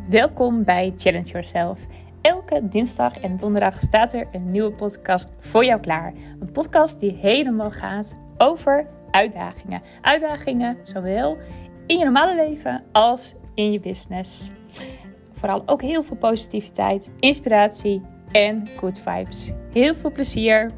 Welkom bij Challenge Yourself. Elke dinsdag en donderdag staat er een nieuwe podcast voor jou klaar. Een podcast die helemaal gaat over uitdagingen. Uitdagingen zowel in je normale leven als in je business. Vooral ook heel veel positiviteit, inspiratie en good vibes. Heel veel plezier!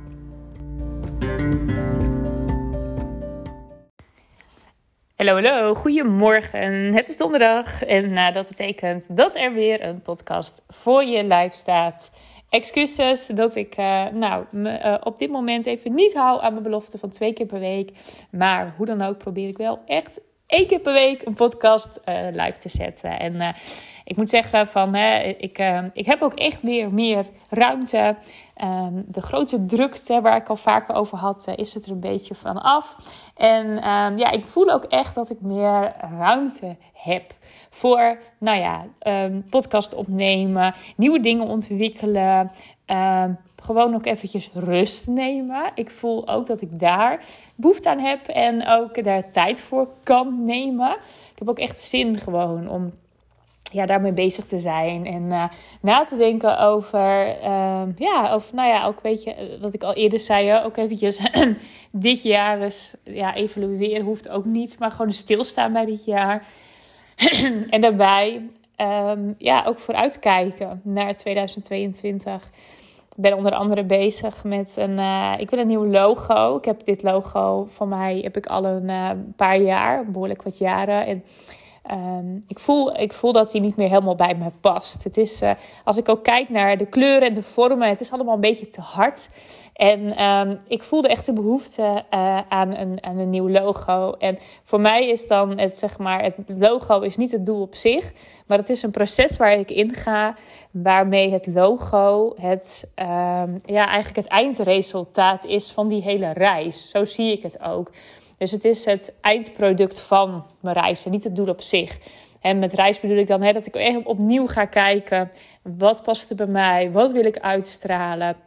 Hallo, goedemorgen. Het is donderdag en dat betekent dat er weer een podcast voor je live staat. Excuses dat ik me op dit moment even niet hou aan mijn belofte van 2 keer per week. Maar hoe dan ook probeer ik wel echt 1 keer per week een podcast live te zetten. En ik moet zeggen ik heb ook echt weer meer ruimte. De grote drukte waar ik al vaker over had, is het er een beetje van af. En ik voel ook echt dat ik meer ruimte heb voor podcast opnemen, nieuwe dingen ontwikkelen, gewoon ook eventjes rust nemen. Ik voel ook dat ik daar behoefte aan heb en ook daar tijd voor kan nemen. Ik heb ook echt zin gewoon om daarmee bezig te zijn en na te denken over, ook weet je, wat ik al eerder zei, ook eventjes dit jaar eens evalueren hoeft ook niet, maar gewoon stilstaan bij dit jaar. En daarbij ook vooruitkijken naar 2022. Ik ben onder andere bezig met ik wil een nieuw logo. Ik heb dit logo van mij heb ik al een paar jaar, behoorlijk wat jaren. En ik voel dat hij niet meer helemaal bij me past. Het is, als ik ook kijk naar de kleuren en de vormen, het is allemaal een beetje te hard. En ik voelde echt de behoefte aan een nieuw logo. En voor mij is dan het logo is niet het doel op zich, maar het is een proces waar ik in ga, waarmee het logo eigenlijk het eindresultaat is van die hele reis. Zo zie ik het ook. Dus het is het eindproduct van mijn reis en niet het doel op zich. En met reis bedoel ik dan dat ik echt opnieuw ga kijken. Wat past er bij mij? Wat wil ik uitstralen?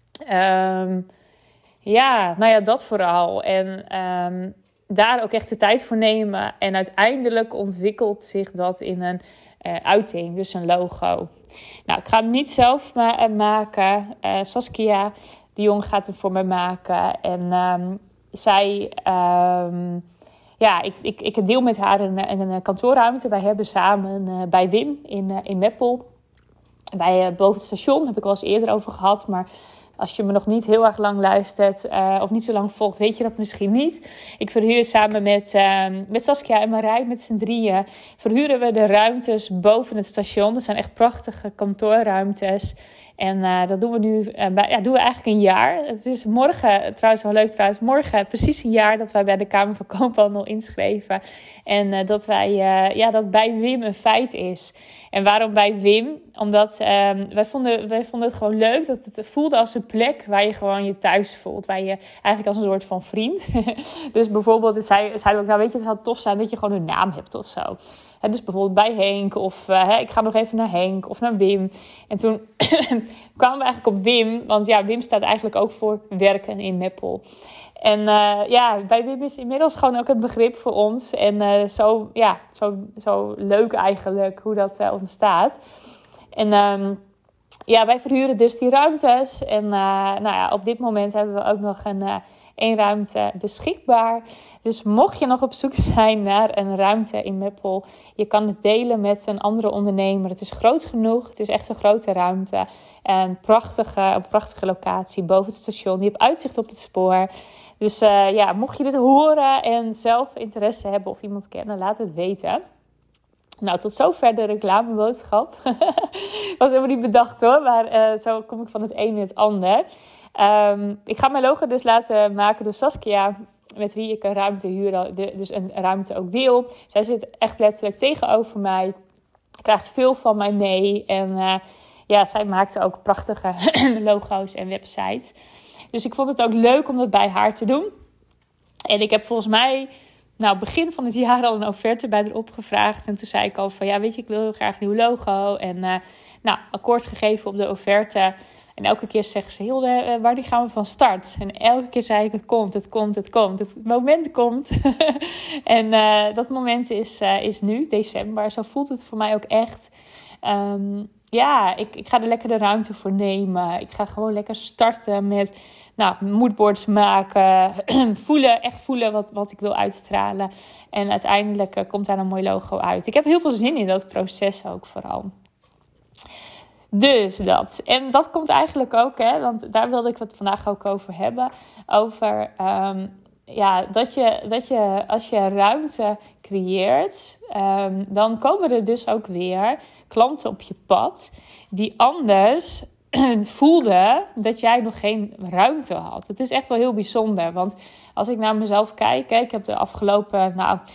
Dat vooral. En daar ook echt de tijd voor nemen. En uiteindelijk ontwikkelt zich dat in een uiting, dus een logo. Nou, ik ga hem niet zelf maken. Saskia de Jong gaat hem voor mij maken. En zij, ik deel met haar een kantoorruimte. Wij hebben samen bij Wim in Meppel, boven het station, heb ik wel eens eerder over gehad. Maar als je me nog niet heel erg lang luistert of niet zo lang volgt, weet je dat misschien niet. Ik verhuur samen met Saskia en Marij, met z'n drieën, verhuren we de ruimtes boven het station. Dat zijn echt prachtige kantoorruimtes. En dat doen we nu doen we eigenlijk een jaar. Het is morgen, trouwens wel leuk trouwens, morgen precies een jaar dat wij bij de Kamer van Koophandel inschreven. En dat dat bij Wim een feit is. En waarom bij Wim? Omdat wij vonden het gewoon leuk dat het voelde als een plek waar je gewoon je thuis voelt. Waar je eigenlijk als een soort van vriend. Dus bijvoorbeeld zeiden we ook, weet je, het zou tof zijn dat je gewoon een naam hebt of zo. Dus bijvoorbeeld bij Henk of ik ga nog even naar Henk of naar Wim. En toen kwamen we eigenlijk op Wim, want Wim staat eigenlijk ook voor werken in Meppel. En bij Wim is inmiddels gewoon ook een begrip voor ons. En zo leuk eigenlijk hoe dat ontstaat. En wij verhuren dus die ruimtes. En op dit moment hebben we ook nog één ruimte beschikbaar. Dus mocht je nog op zoek zijn naar een ruimte in Meppel, je kan het delen met een andere ondernemer. Het is groot genoeg. Het is echt een grote ruimte. Een prachtige locatie boven het station. Je hebt uitzicht op het spoor. Dus mocht je dit horen en zelf interesse hebben of iemand kennen, laat het weten. Nou, tot zover de reclameboodschap. Was helemaal niet bedacht hoor, maar zo kom ik van het een in het ander. Ik ga mijn logo dus laten maken door Saskia, met wie ik een ruimte huur, dus een ruimte ook deel. Zij zit echt letterlijk tegenover mij, krijgt veel van mij mee. En zij maakte ook prachtige logo's en websites. Dus ik vond het ook leuk om dat bij haar te doen. En ik heb volgens mij begin van het jaar al een offerte bij haar opgevraagd. En toen zei ik al van, weet je, ik wil heel graag een nieuw logo. En akkoord gegeven op de offerte. En elke keer zeggen ze, Hilde, wanneer gaan we van start? En elke keer zei ik, het komt. Het moment komt. En dat moment is nu, december. Zo voelt het voor mij ook echt. Ik ga er lekker de ruimte voor nemen. Ik ga gewoon lekker starten met moodboards maken. voelen wat ik wil uitstralen. En uiteindelijk komt daar een mooi logo uit. Ik heb heel veel zin in dat proces ook vooral. Dus dat. En dat komt eigenlijk ook, want daar wilde ik het vandaag ook over hebben. Over dat je als je ruimte creëert, dan komen er dus ook weer klanten op je pad die anders voelden dat jij nog geen ruimte had. Het is echt wel heel bijzonder, want als ik naar mezelf kijk, ik heb de afgelopen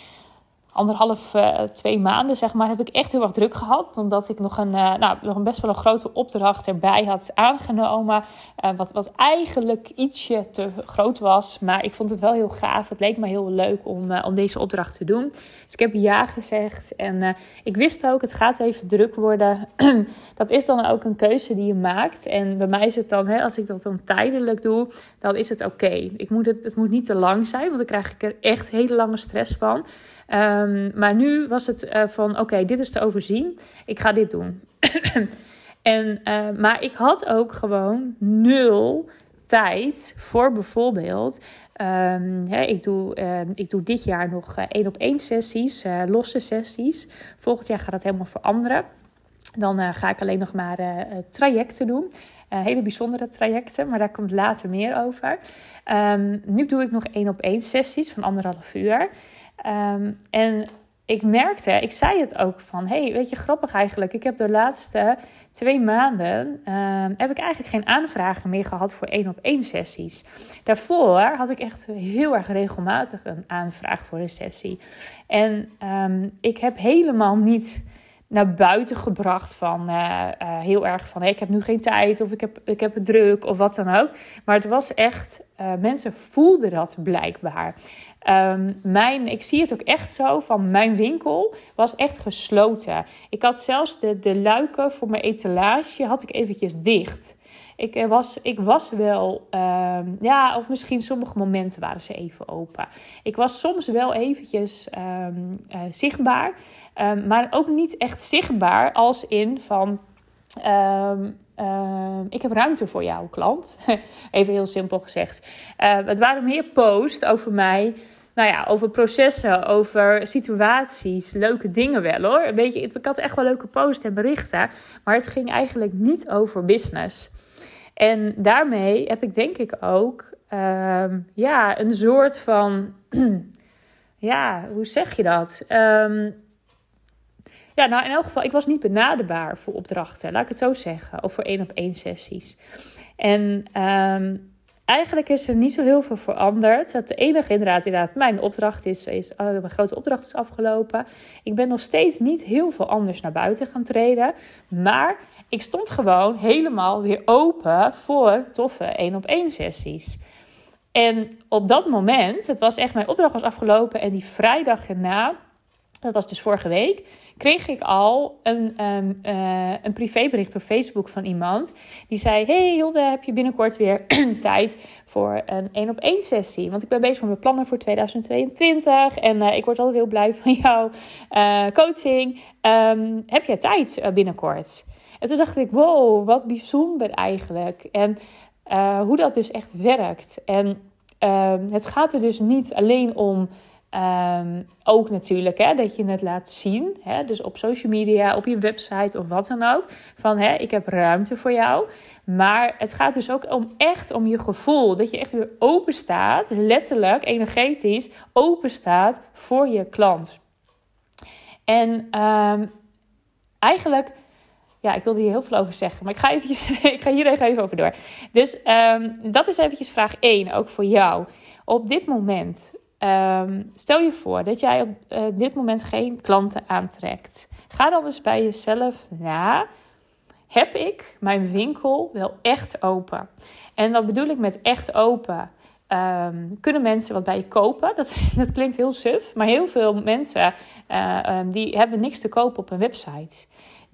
2 maanden, zeg maar, heb ik echt heel erg druk gehad. Omdat ik nog een best wel een grote opdracht erbij had aangenomen. Wat eigenlijk ietsje te groot was. Maar ik vond het wel heel gaaf. Het leek me heel leuk om deze opdracht te doen. Dus ik heb ja gezegd. En ik wist ook, het gaat even druk worden. Dat is dan ook een keuze die je maakt. En bij mij is het dan, als ik dat dan tijdelijk doe, dan is het oké. Het moet niet te lang zijn, want dan krijg ik er echt hele lange stress van. Maar nu was het van oké, dit is te overzien. Ik ga dit doen. Maar ik had ook gewoon 0 tijd voor bijvoorbeeld. Ik doe dit jaar nog 1-op-1 sessies, losse sessies. Volgend jaar gaat dat helemaal veranderen. Dan ga ik alleen nog maar trajecten doen. Hele bijzondere trajecten, maar daar komt later meer over. Nu doe ik nog 1-op-1 sessies van 1,5 uur. En ik merkte, ik zei het ook van, weet je, grappig eigenlijk. Ik heb de laatste 2 maanden, heb ik eigenlijk geen aanvragen meer gehad voor 1-op-1 sessies. Daarvoor had ik echt heel erg regelmatig een aanvraag voor een sessie. En ik heb helemaal niet naar buiten gebracht van heel erg van ik heb nu geen tijd of ik heb het druk of wat dan ook. Maar het was echt, mensen voelden dat blijkbaar. Ik zie het ook echt zo van mijn winkel was echt gesloten. Ik had zelfs de luiken voor mijn etalage had ik eventjes dicht. Ik was wel, of misschien sommige momenten waren ze even open. Ik was soms wel eventjes zichtbaar, maar ook niet echt zichtbaar als in van, ik heb ruimte voor jou, klant. Even heel simpel gezegd. Het waren meer posts over mij. Over processen, over situaties, leuke dingen wel hoor. Weet je, ik had echt wel leuke posts en berichten, maar het ging eigenlijk niet over business. En daarmee heb ik denk ik ook een soort van, hoe zeg je dat? In elk geval, ik was niet benaderbaar voor opdrachten, laat ik het zo zeggen. Of voor 1-op-1 sessies. En eigenlijk is er niet zo heel veel veranderd. Het enige inderdaad, mijn opdracht mijn grote opdracht is afgelopen. Ik ben nog steeds niet heel veel anders naar buiten gaan treden. Maar ik stond gewoon helemaal weer open voor toffe 1-op-1 sessies. En op dat moment, het was echt, mijn opdracht was afgelopen en die vrijdag erna, dat was dus vorige week, kreeg ik al een privébericht op Facebook van iemand. Die zei, hey Hilde, heb je binnenkort weer tijd voor een 1-op-1 sessie? Want ik ben bezig met mijn plannen voor 2022. En ik word altijd heel blij van jouw coaching. Heb jij tijd binnenkort? En toen dacht ik, wow, wat bijzonder eigenlijk. En hoe dat dus echt werkt. En het gaat er dus niet alleen om, ook natuurlijk dat je het laat zien. Dus op social media, op je website of wat dan ook. Van ik heb ruimte voor jou. Maar het gaat dus ook om je gevoel. Dat je echt weer open staat, letterlijk, energetisch open staat voor je klant. En eigenlijk, ik wilde hier heel veel over zeggen, maar ik ga hier even over door. Dus dat is eventjes vraag 1, ook voor jou. Op dit moment, stel je voor dat jij op dit moment geen klanten aantrekt. Ga dan eens bij jezelf na. Heb ik mijn winkel wel echt open? En wat bedoel ik met echt open? Kunnen mensen wat bij je kopen? Dat klinkt heel suf, maar heel veel mensen die hebben niks te kopen op een website.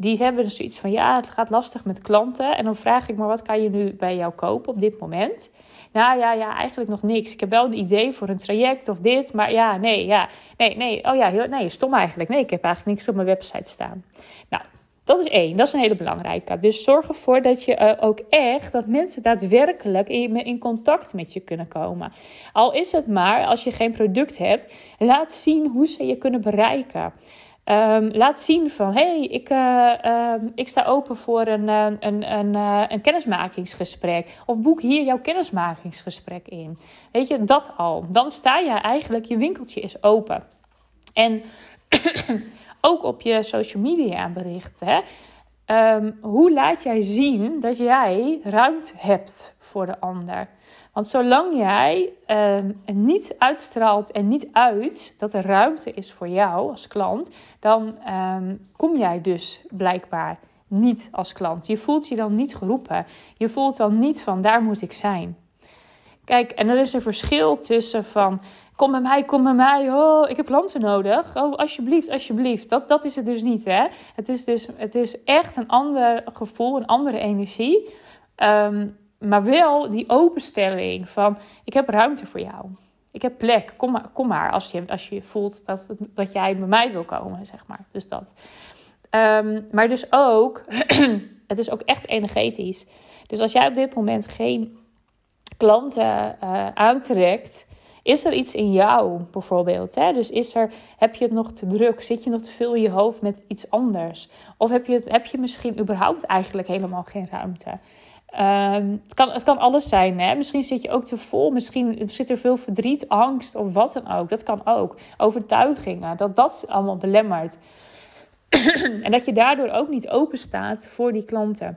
die hebben dus zoiets van, ja, het gaat lastig met klanten. En dan vraag ik, maar wat kan je nu bij jou kopen op dit moment? Nou ja, eigenlijk nog niks. Ik heb wel een idee voor een traject of dit, maar nee. Oh ja, nee, stom eigenlijk. Nee, ik heb eigenlijk niks op mijn website staan. Nou, dat is 1. Dat is een hele belangrijke. Dus zorg ervoor dat je ook echt, dat mensen daadwerkelijk in contact met je kunnen komen. Al is het maar, als je geen product hebt, laat zien hoe ze je kunnen bereiken. Laat zien van, ik sta open voor een kennismakingsgesprek. Of boek hier jouw kennismakingsgesprek in. Weet je, dat al. Dan sta je eigenlijk, je winkeltje is open. En ook op je social media berichten. Hoe laat jij zien dat jij ruimte hebt voor de ander? Want zolang jij niet uitstraalt en niet uit dat er ruimte is voor jou als klant, dan kom jij dus blijkbaar niet als klant. Je voelt je dan niet geroepen. Je voelt dan niet van, daar moet ik zijn. Kijk, en er is een verschil tussen van, kom bij mij, oh, ik heb klanten nodig. Oh, alsjeblieft. Dat is het dus niet, hè. Het is echt een ander gevoel, een andere energie. Maar wel die openstelling van, ik heb ruimte voor jou. Ik heb plek, kom maar als je voelt dat jij bij mij wil komen, zeg maar. Dus dat. Maar dus ook, het is ook echt energetisch. Dus als jij op dit moment geen klanten aantrekt, is er iets in jou bijvoorbeeld? Hè? Dus heb je het nog te druk? Zit je nog te veel in je hoofd met iets anders? Of heb je misschien überhaupt eigenlijk helemaal geen ruimte? Het kan alles zijn. Hè? Misschien zit je ook te vol. Misschien zit er veel verdriet, angst of wat dan ook. Dat kan ook. Overtuigingen. Dat allemaal belemmert. En dat je daardoor ook niet open staat voor die klanten.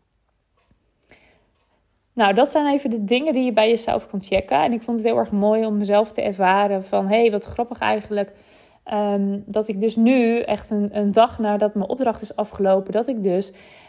Nou, dat zijn even de dingen die je bij jezelf kan checken. En ik vond het heel erg mooi om mezelf te ervaren van, wat grappig eigenlijk. Dat ik dus nu echt een dag nadat mijn opdracht is afgelopen, dat ik dus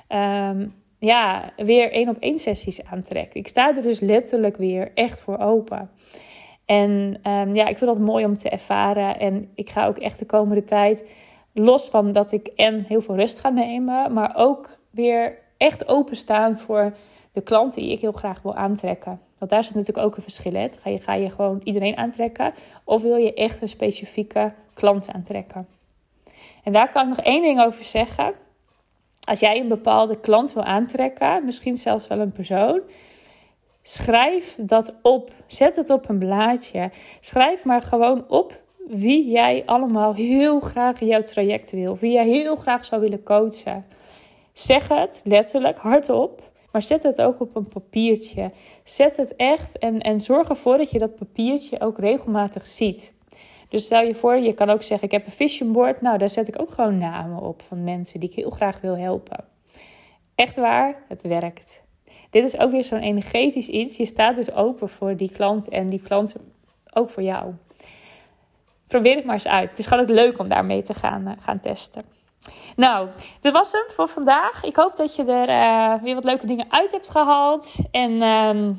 weer 1-op-1 sessies aantrek. Ik sta er dus letterlijk weer echt voor open. En ik vind dat mooi om te ervaren. En ik ga ook echt de komende tijd, los van dat ik heel veel rust ga nemen, maar ook weer echt openstaan voor de klanten die ik heel graag wil aantrekken. Want daar zit natuurlijk ook een verschil in. Ga je gewoon iedereen aantrekken? Of wil je echt een specifieke klant aantrekken? En daar kan ik nog 1 ding over zeggen. Als jij een bepaalde klant wil aantrekken, misschien zelfs wel een persoon, schrijf dat op. Zet het op een blaadje. Schrijf maar gewoon op wie jij allemaal heel graag in jouw traject wil. Wie jij heel graag zou willen coachen. Zeg het letterlijk hardop. Maar zet het ook op een papiertje. Zet het echt en zorg ervoor dat je dat papiertje ook regelmatig ziet. Dus stel je voor, je kan ook zeggen, ik heb een vision board. Nou, daar zet ik ook gewoon namen op van mensen die ik heel graag wil helpen. Echt waar, het werkt. Dit is ook weer zo'n energetisch iets. Je staat dus open voor die klant en die klant ook voor jou. Probeer het maar eens uit. Het is gewoon ook leuk om daarmee te gaan testen. Nou, dit was hem voor vandaag. Ik hoop dat je er weer wat leuke dingen uit hebt gehaald. En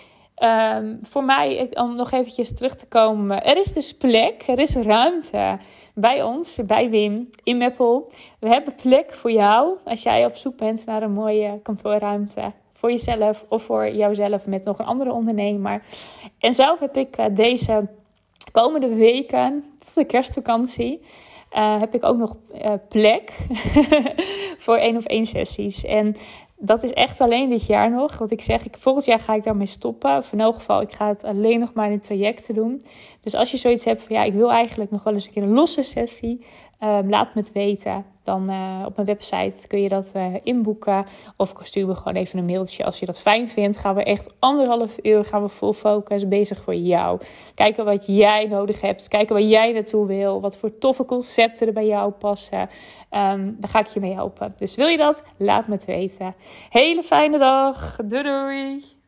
voor mij, om nog eventjes terug te komen. Er is dus plek, er is ruimte bij ons, bij Wim, in Meppel. We hebben plek voor jou als jij op zoek bent naar een mooie kantoorruimte. Voor jezelf of voor jouzelf met nog een andere ondernemer. En zelf heb ik deze komende weken, tot de kerstvakantie, heb ik ook nog plek voor 1-op-1 sessies. En dat is echt alleen dit jaar nog. Want ik zeg, volgend jaar ga ik daarmee stoppen. Of in elk geval, ik ga het alleen nog maar in trajecten doen. Dus als je zoiets hebt van, ik wil eigenlijk nog wel eens een keer een losse sessie. Laat me het weten. Dan op mijn website kun je dat inboeken. Of stuur me gewoon even een mailtje als je dat fijn vindt. Gaan we echt 1,5 uur gaan we full focus bezig voor jou. Kijken wat jij nodig hebt. Kijken waar jij naartoe wil. Wat voor toffe concepten er bij jou passen. Daar ga ik je mee helpen. Dus wil je dat? Laat me het weten. Hele fijne dag. Doei doei.